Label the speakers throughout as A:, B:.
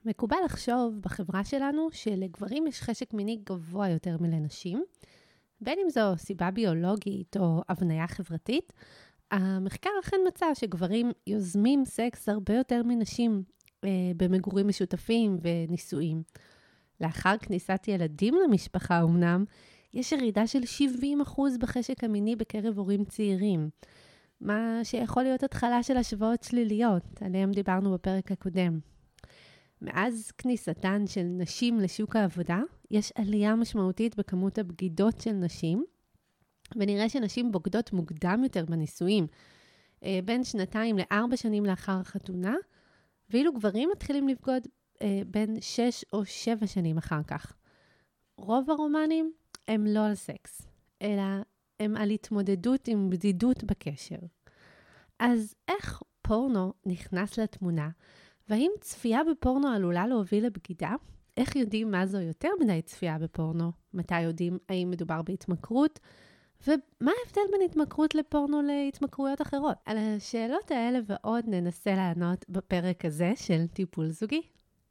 A: מקובל לחשוב בחברה שלנו שלגברים יש חשק מיני גבוה יותר מלנשים, בין אם זו סיבה ביולוגית או הבניה חברתית. המחקר אכן מצא שגברים יוזמים סקס הרבה יותר מנשים במגורים משותפים ונישואים. לאחר כניסת ילדים למשפחה אמנם, יש ירידה של 70% בחשק המיני בקרב הורים צעירים, מה שיכול להיות התחלה של השוואות שליליות, עליהם דיברנו בפרק הקודם. מאז כניסתן של נשים לשוק העבודה, יש עלייה משמעותית בכמות הבגידות של נשים, ונראה שנשים בוגדות מוקדם יותר בנישואים, בין 2 ל4 שנים לאחר החתונה, ואילו גברים מתחילים לבגוד בין 6 או 7 שנים אחר כך. רוב הרומנים הם לא על סקס, אלא הם על התמודדות עם בדידות בקשר. אז איך פורנו נכנס לתמונה? והאם צפייה בפורנו עלולה להוביל לבגידה? איך יודעים מה זו יותר מדי צפייה בפורנו? מתי יודעים האם מדובר בהתמכרות? ומה ההבדל בין התמכרות לפורנו להתמכרויות אחרות? על השאלות האלה ועוד ננסה לענות בפרק הזה של טיפול זוגי.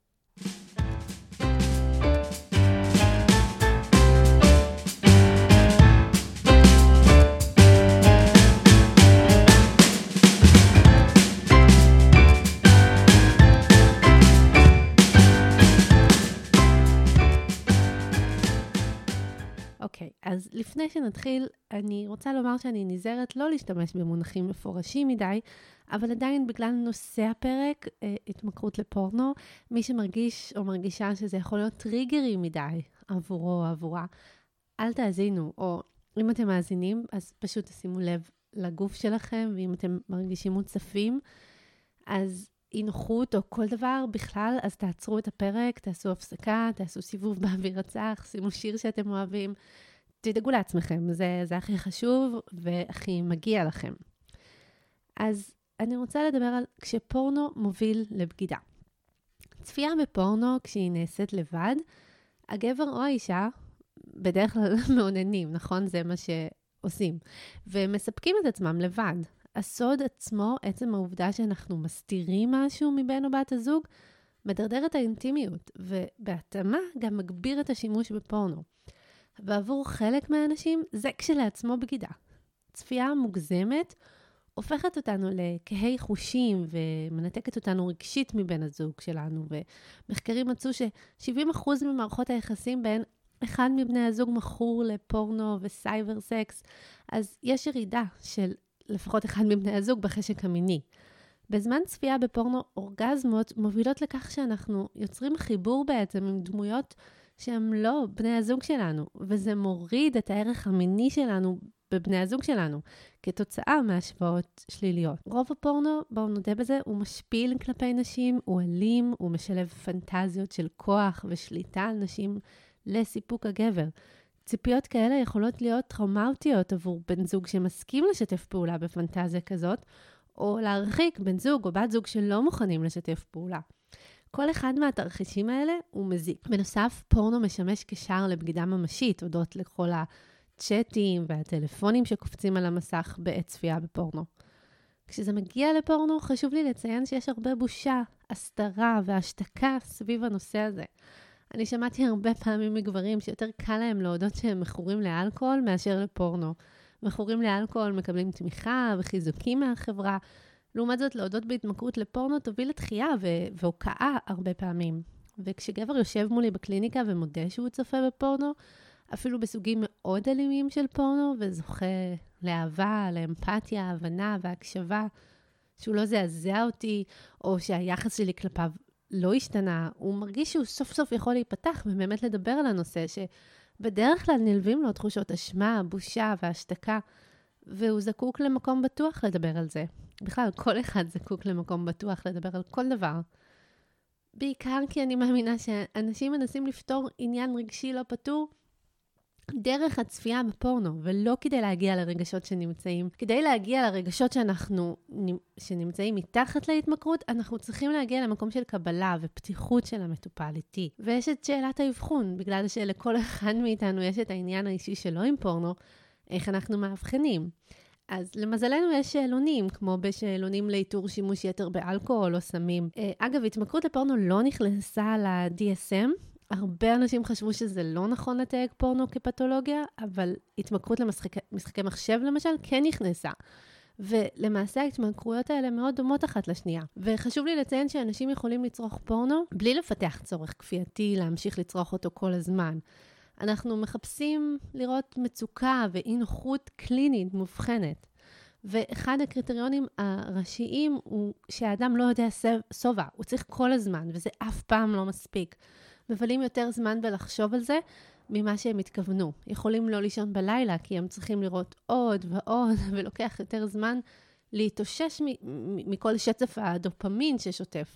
A: אוקיי, אז לפני שנתחיל, אני רוצה לומר שאני נזהרת לא להשתמש במונחים מפורשים מדי, אבל עדיין בגלל נושא הפרק, התמכרות לפורנו, מי שמרגיש או מרגישה שזה יכול להיות טריגרי מדי עבורו או עבורה, אל תאזינו, או אם אתם מאזינים, אז פשוט תשימו לב לגוף שלכם, ואם אתם מרגישים מוצפים, אז אי-נוחות או כל דבר בכלל, אז תעצרו את הפרק, תעשו הפסקה, תעשו סיבוב באוויר הצח, שימו שיר שאתם אוהבים, תדאגו לעצמכם, זה הכי חשוב והכי מגיע לכם. אז אני רוצה לדבר על כשפורנו מוביל לבגידה. צפייה בפורנו כשהיא נעשית לבד, הגבר או האישה בדרך כלל מעוננים, נכון? זה מה שעושים. ומספקים את עצמם לבד. הסוד עצמו, עצם העובדה שאנחנו מסתירים משהו מבן או בת הזוג, מדרדר את האינטימיות, ובהתאמה גם מגביר את השימוש בפורנו. ועבור חלק מהאנשים, זה כשלעצמו בגידה. צפייה מוגזמת הופכת אותנו לקהי חושים, ומנתקת אותנו רגשית מבן הזוג שלנו, ומחקרים מצאו ש70% ממערכות היחסים בין אחד מבני הזוג מכור לפורנו וסייבר סקס, אז יש ירידה של לפחות אחד מבני הזוג בחשק המיני. בזמן צפייה בפורנו, אורגזמות מובילות לכך שאנחנו יוצרים חיבור בעצם עם דמויות שהם לא בני הזוג שלנו, וזה מוריד את הערך המיני שלנו בבני הזוג שלנו, כתוצאה מהשפעות שליליות. רוב הפורנו, בואו נודה בזה, הוא משפיל כלפי נשים, הוא אלים, הוא משלב פנטזיות של כוח ושליטה על נשים לסיפוק הגבר. ציפיות כאלה יכולות להיות טראומטיות עבור בן זוג שמסכים לשתף פעולה בפנטזיה כזאת, או להרחיק בן זוג או בת זוג שלא מוכנים לשתף פעולה. כל אחד מהתרחישים האלה הוא מזיק. בנוסף, פורנו משמש כשער לבגידה ממשית, הודות לכל הצ'אטים והטלפונים שקופצים על המסך בעת צפייה בפורנו. כשזה מגיע לפורנו, חשוב לי לציין שיש הרבה בושה, הסתרה והשתקה סביב הנושא הזה. אני שמעתי הרבה פעמים מגברים שיותר קל להם להודות שהם מכורים לאלכוהול מאשר לפורנו. מכורים לאלכוהול מקבלים תמיכה וחיזוקים מהחברה. לעומת זאת, להודות בהתמכרות לפורנו תוביל לתחייה והוקעה הרבה פעמים. וכשגבר יושב מולי בקליניקה ומודה שהוא צופה בפורנו, אפילו בסוגים מאוד אלימים של פורנו, וזוכה לאהבה, לאמפתיה, הבנה והקשבה, שהוא לא זעזע אותי, או שהיחס שלי כלפיו לא השתנה, הוא מרגיש שהוא סוף סוף יכול להיפתח ובאמת לדבר על הנושא שבדרך כלל נלווים לו תחושות אשמה, בושה והשתקה, והוא זקוק למקום בטוח לדבר על זה. בכלל, כל אחד זקוק למקום בטוח לדבר על כל דבר. בעיקר כי אני מאמינה שאנשים מנסים לפתור עניין רגשי לא פתור דרך הצפייה בפורנו, ולא כדי להגיע לרגשות שנמצאים. כדי להגיע לרגשות שנמצאים מתחת להתמכרות, אנחנו צריכים להגיע למקום של קבלה ופתיחות של המטופל איתי. ויש את שאלת האבחון, בגלל שלכל אחד מאיתנו יש את העניין האישי שלו עם פורנו, איך אנחנו מאבחנים. אז למזלנו יש שאלונים, כמו בשאלונים לאיתור שימוש יתר באלכוהול או סמים. אגב, התמכרות לפורנו לא נכנסה ל-DSM. הרבה אנשים חשבו שזה לא נכון לתייג פורנו כפתולוגיה, אבל התמכרות למשחקי מחשב למשל כן נכנסה. ולמעשה ההתמכרויות האלה מאוד דומות אחת לשנייה. וחשוב לי לציין שאנשים יכולים לצרוך פורנו בלי לפתח צורך כפייתי להמשיך לצרוך אותו כל הזמן. אנחנו מחפשים לראות מצוקה ואי נוחות קלינית מובחנת. ואחד הקריטריונים הראשיים הוא שהאדם לא יודע סובה, הוא צריך כל הזמן, וזה אף פעם לא מספיק. מבלים יותר זמן בלחשוב על זה ממה שהם התכוונו. יכולים לא לישון בלילה, כי הם צריכים לראות עוד ועוד, ולוקח יותר זמן להתאושש מכל שצף הדופמין ששוטף.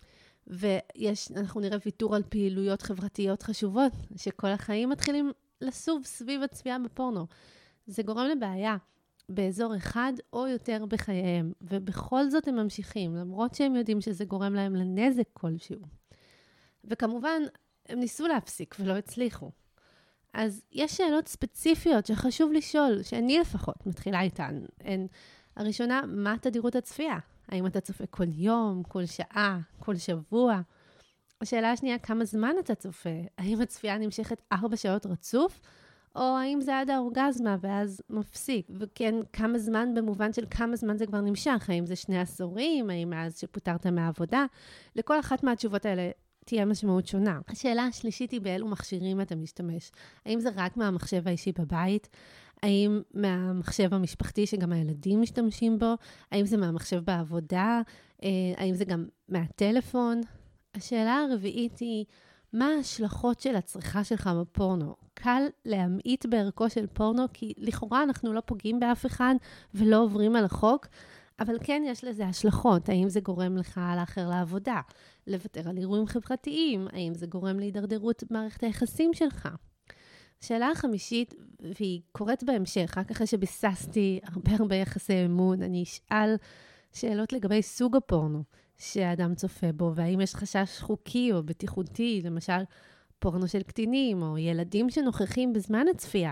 A: ואנחנו נראה ויתור על פעילויות חברתיות חשובות, שכל החיים מתחילים לסוב סביב הצפייה בפורנו. זה גורם לבעיה באזור אחד או יותר בחייהם, ובכל זאת הם ממשיכים, למרות שהם יודעים שזה גורם להם לנזק כלשהו. וכמובן, הם ניסו להפסיק ולא הצליחו. אז יש שאלות ספציפיות שחשוב לשאול, שאני לפחות מתחילה איתן. הראשונה, מה תדירות הצפייה? האם אתה צופה כל יום, כל שעה, כל שבוע? השאלה השנייה, כמה זמן אתה צופה? האם הצפייה נמשכת 4 שעות רצוף? או האם זה עד האורגזמה ואז מפסיק? וכן, כמה זמן במובן של כמה זמן זה כבר נמשך? האם זה 2 עשורים? האם מאז שפוטרת מהעבודה? לכל אחת מהתשובות האלה תהיה משמעות שונה. השאלה השלישית היא באילו מכשירים אתה משתמש. האם זה רק מהמחשב האישי בבית? האם מהמחשב המשפחתי שגם הילדים משתמשים בו? האם זה מהמחשב בעבודה? האם זה גם מהטלפון? השאלה הרביעית היא, מה ההשלכות של הצריכה שלך בפורנו? קל להמעיט בערכו של פורנו, כי לכאורה אנחנו לא פוגעים באף אחד ולא עוברים על החוק, אבל כן יש לזה השלכות. האם זה גורם לך לאחר לעבודה? לוותר על אירועים חברתיים? האם זה גורם להידרדרות מערכת היחסים שלך? השאלה החמישית, והיא קורית בהמשך, רק אחרי שביססתי הרבה יחסי אמון, אני אשאל שאלות לגבי סוג הפורנו שהאדם צופה בו, והאם יש חשש חוקי או בטיחותי, למשל פורנו של קטינים או ילדים שנוכחים בזמן הצפייה.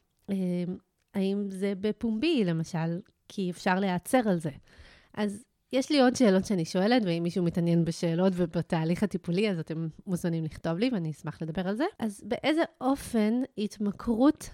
A: האם זה בפומבי, למשל, כי אפשר להיעצר על זה. אז יש לי עוד שאלות שאני שואלת, ואם מישהו מתעניין בשאלות ובתהליך הטיפולי, אז אתם מוזמנים לכתוב לי, ואני אשמח לדבר על זה. אז באיזה אופן התמכרות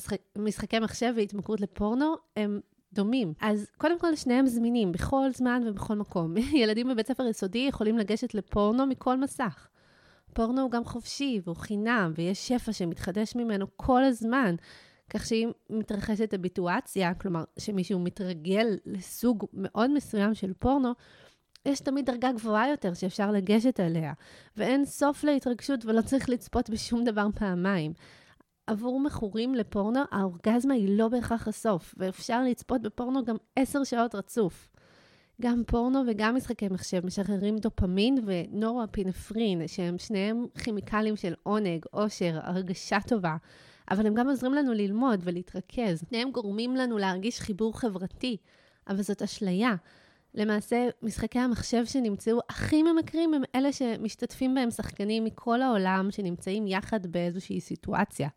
A: למשחקי מחשב והתמכרות לפורנו הם דומים? אז קודם כל שניהם זמינים, בכל זמן ובכל מקום. ילדים בבית ספר יסודי יכולים לגשת לפורנו מכל מסך. פורנו הוא גם חופשי והוא חינם, ויש שפע שמתחדש ממנו כל הזמן, כך שאם מתרחשת הביטואציה, כלומר שמישהו מתרגל לסוג מאוד מסוים של פורנו, יש תמיד דרגה גבוהה יותר שאפשר לגשת עליה, ואין סוף להתרגשות ולא צריך לצפות בשום דבר פעמיים. עבור מכורים לפורנו, האורגזמה היא לא בהכרח הסוף, ואפשר לצפות בפורנו גם 10 שעות רצוף. גם פורנו וגם משחקי מחשב משחררים דופמין ונורפינפרין, שהם שניהם כימיקלים של עונג, אושר, הרגשה טובה, אבל הם גם עוזרים לנו ללמוד ולהתרכז. שניהם גורמים לנו להרגיש חיבור חברתי, אבל זאת אשליה. למעשה, משחקי המחשב שנמצאו הכי ממכרים הם אלה שמשתתפים בהם שחקנים מכל העולם שנמצאים יחד באיזושהי סיטואציה.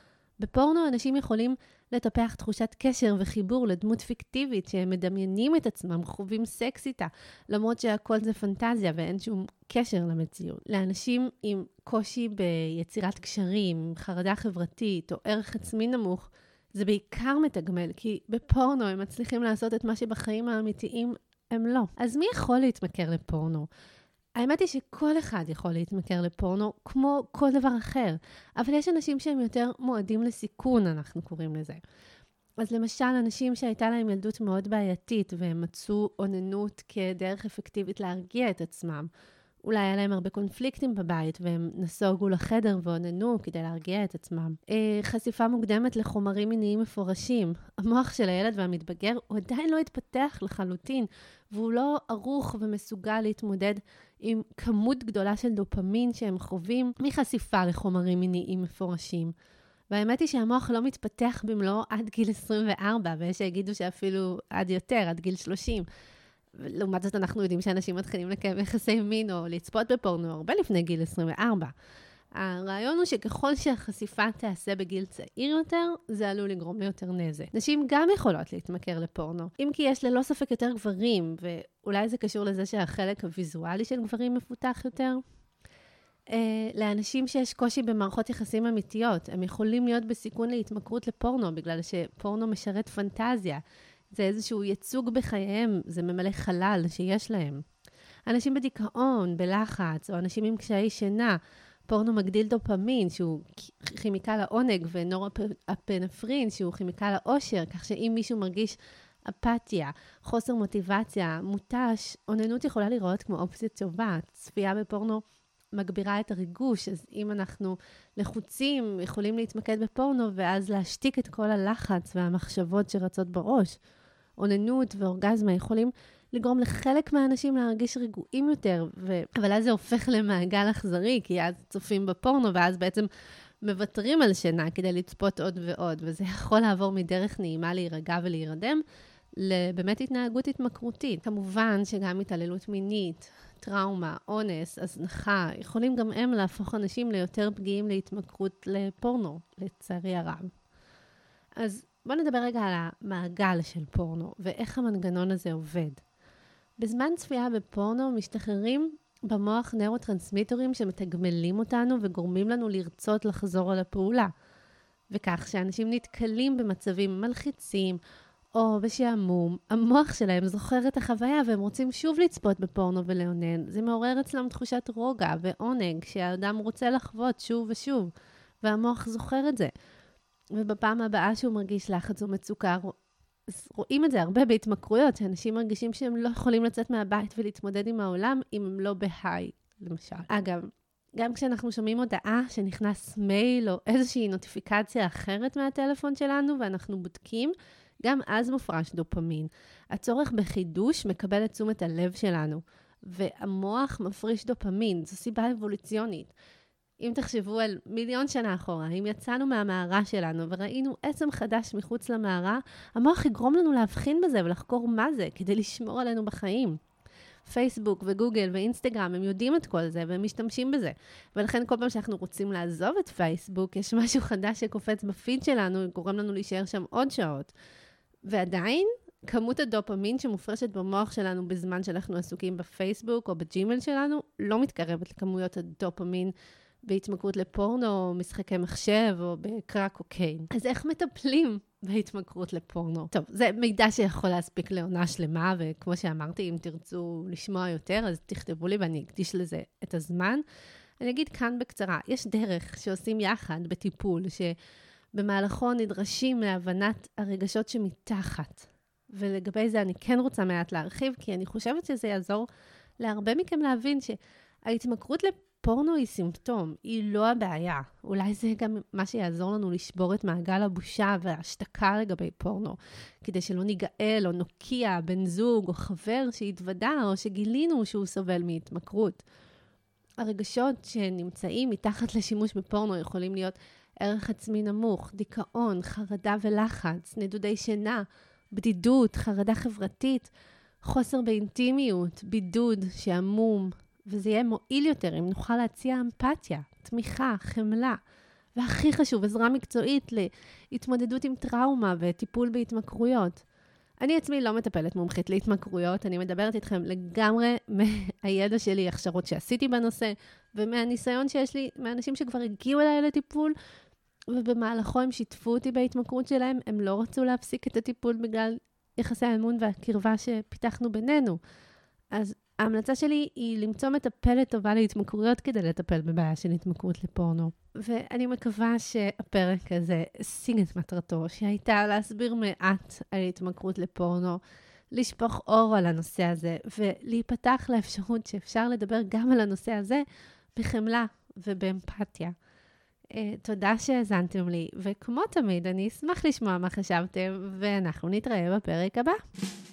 A: בפורנו אנשים יכולים לטפח תחושת קשר וחיבור לדמות פיקטיבית שהם מדמיינים את עצמם, חווים סקס איתה, למרות שהכל זה פנטזיה ואין שום קשר למציאות. לאנשים עם קושי ביצירת קשרים, חרדה חברתית או ערך עצמי נמוך, זה בעיקר מתגמל, כי בפורנו הם מצליחים לעשות את מה שבחיים האמיתיים הם לא. אז מי יכול להתמכר לפורנו? האמת היא שכל אחד יכול להתמכר לפורנו כמו כל דבר אחר, אבל יש אנשים שהם יותר מועדים לסיכון, אנחנו קוראים לזה. אז למשל, אנשים שהייתה להם ילדות מאוד בעייתית, והם מצאו אוננות כדרך אפקטיבית להרגיע את עצמם. אולי היה להם הרבה קונפליקטים בבית, והם נסוגו לחדר ואוננו כדי להרגיע את עצמם. חשיפה מוקדמת לחומרים מיניים מפורשים. המוח של הילד והמתבגר הוא עדיין לא התפתח לחלוטין, והוא לא ערוך ומסוגל להתמודד עם כמות גדולה של דופמין שהם חווים מחשיפה לחומרים מיניים מפורשים. והאמת היא שהמוח לא מתפתח במלואו עד גיל 24, ויש שיגידו שאפילו עד יותר, עד גיל 30. לעומת זאת אנחנו יודעים שאנשים מתחילים לקיים יחסי מין או לצפות בפורנו הרבה לפני גיל 24. הרעיון הוא שככל שהחשיפה תעשה בגיל צעיר יותר, זה עלול לגרום ליותר נזק. נשים גם יכולות להתמכר לפורנו, אם כי יש ללא ספק יותר גברים, ואולי זה קשור לזה שהחלק הוויזואלי של גברים מפותח יותר. לאנשים שיש קושי במערכות יחסים אמיתיות, הם יכולים להיות בסיכון להתמכרות לפורנו, בגלל שפורנו משרת פנטזיה. זה איזשהו ייצוג בחייהם, זה ממלא חלל שיש להם. אנשים בדיכאון, בלחץ, או אנשים עם קשיי שינה, פורנו מגדיל דופמין, שהוא כימיקל העונג, ונורפינפרין, שהוא כימיקל האושר, כך שאם מישהו מרגיש אפתיה, חוסר מוטיבציה, מותש, אוננות יכולה לראות כמו אופציה טובה. צפייה בפורנו מגבירה את הריגוש, אז אם אנחנו לחוצים, יכולים להתמקד בפורנו, ואז להשתיק את כל הלחץ והמחשבות שרצות בראש. אוננות ואורגזמה יכולים לגרום לחלק מהאנשים להרגיש רגועים יותר, אבל אז זה הופך למעגל אכזרי, כי אז צופים בפורנו, ואז בעצם מוותרים על שינה כדי לצפות עוד ועוד, וזה יכול לעבור מדרך נעימה להירגע ולהירדם, לבאמת התנהגות התמכרותית. כמובן שגם התעללות מינית, טראומה, אונס, הזנחה, יכולים גם הם להפוך אנשים ליותר פגיעים להתמכרות לפורנו, לצערי הרב. אז בואו נדבר רגע על המעגל של פורנו, ואיך המנגנון הזה עובד. בזמן צפייה בפורנו משתחררים במוח נוירוטרנסמיטרים שמתגמלים אותנו וגורמים לנו לרצות לחזור על הפעולה. וכך שאנשים נתקלים במצבים מלחיצים או בשעמום, המוח שלהם זוכר את החוויה והם רוצים שוב לצפות בפורנו ולעונן. זה מעורר אצלם תחושת רוגע ועונג שהאדם רוצה לחוות שוב ושוב, והמוח זוכר את זה. ובפעם הבאה שהוא מרגיש לחץ או מצוקה, רואים את זה הרבה בהתמכרויות, שאנשים מרגישים שהם לא יכולים לצאת מהבית ולהתמודד עם העולם, אם הם לא בהיי, למשל. אגב, גם כשאנחנו שומעים הודעה שנכנס מייל או איזושהי נוטיפיקציה אחרת מהטלפון שלנו, ואנחנו בודקים, גם אז מופרש דופמין. הצורך בחידוש מקבל את תשומת הלב שלנו, והמוח מפריש דופמין, זו סיבה אבולוציונית. אם תחשבו על מיליון שנה אחורה, אם יצאנו מהמערה שלנו וראינו עצם חדש מחוץ למערה, המוח יגרום לנו להבחין בזה ולחקור מה זה, כדי לשמור עלינו בחיים. פייסבוק וגוגל ואינסטגרם, הם יודעים את כל זה והם משתמשים בזה. ולכן כל פעם שאנחנו רוצים לעזוב את פייסבוק, יש משהו חדש שקופץ בפיד שלנו, גורם לנו להישאר שם עוד שעות. ועדיין, כמות הדופמין שמופרשת במוח שלנו בזמן שאנחנו עסוקים בפייסבוק או בג'ימייל שלנו, לא מתקרבת לכמויות הדופמין בהתמכרות לפורנו, או משחקי מחשב, או בקרק קוקיין. אז איך מטפלים בהתמכרות לפורנו? טוב, זה מידע שיכול להספיק לעונה שלמה, וכמו שאמרתי, אם תרצו לשמוע יותר, אז תכתבו לי ואני אקדיש לזה את הזמן. אני אגיד כאן בקצרה, יש דרך שעושים יחד בטיפול, שבמהלכו נדרשים להבנת הרגשות שמתחת. ולגבי זה אני כן רוצה מעט להרחיב, כי אני חושבת שזה יעזור להרבה מכם להבין שההתמכרות פורנו היא סימפטום, היא לא הבעיה. אולי זה גם מה שיעזור לנו לשבור את מעגל הבושה וההשתקה לגבי פורנו, כדי שלא ניגאל או נוקיע בן זוג או חבר שהתוודע או שגילינו שהוא סובל מהתמכרות. הרגשות שנמצאים מתחת לשימוש בפורנו יכולים להיות ערך עצמי נמוך, דיכאון, חרדה ולחץ, נדודי שינה, בדידות, חרדה חברתית, חוסר באינטימיות, בידוד, שעמום, וזה יהיה מועיל יותר אם נוכל להציע אמפתיה, תמיכה, חמלה, והכי חשוב, עזרה מקצועית להתמודדות עם טראומה וטיפול בהתמכרויות. אני עצמי לא מטפלת מומחית להתמכרויות, אני מדברת איתכם לגמרי מהידע שלי, הכשרות שעשיתי בנושא, ומהניסיון שיש לי מאנשים שכבר הגיעו אליי לטיפול, ובמהלכו הם שיתפו אותי בהתמכרות שלהם, הם לא רצו להפסיק את הטיפול בגלל יחסי האמון והקרבה שפיתחנו בינינו. אז ההמלצה שלי היא למצוא מטפלת טובה להתמכרויות כדי לטפל בבעיה של התמכרות לפורנו. ואני מקווה שהפרק הזה השיג את מטרתו, שהייתה להסביר מעט על התמכרות לפורנו, לשפוך אור על הנושא הזה, ולהיפתח לאפשרות שאפשר לדבר גם על הנושא הזה בחמלה ובאמפתיה. תודה שהאזנתם לי, וכמו תמיד אני אשמח לשמוע מה חשבתם, ואנחנו נתראה בפרק הבא.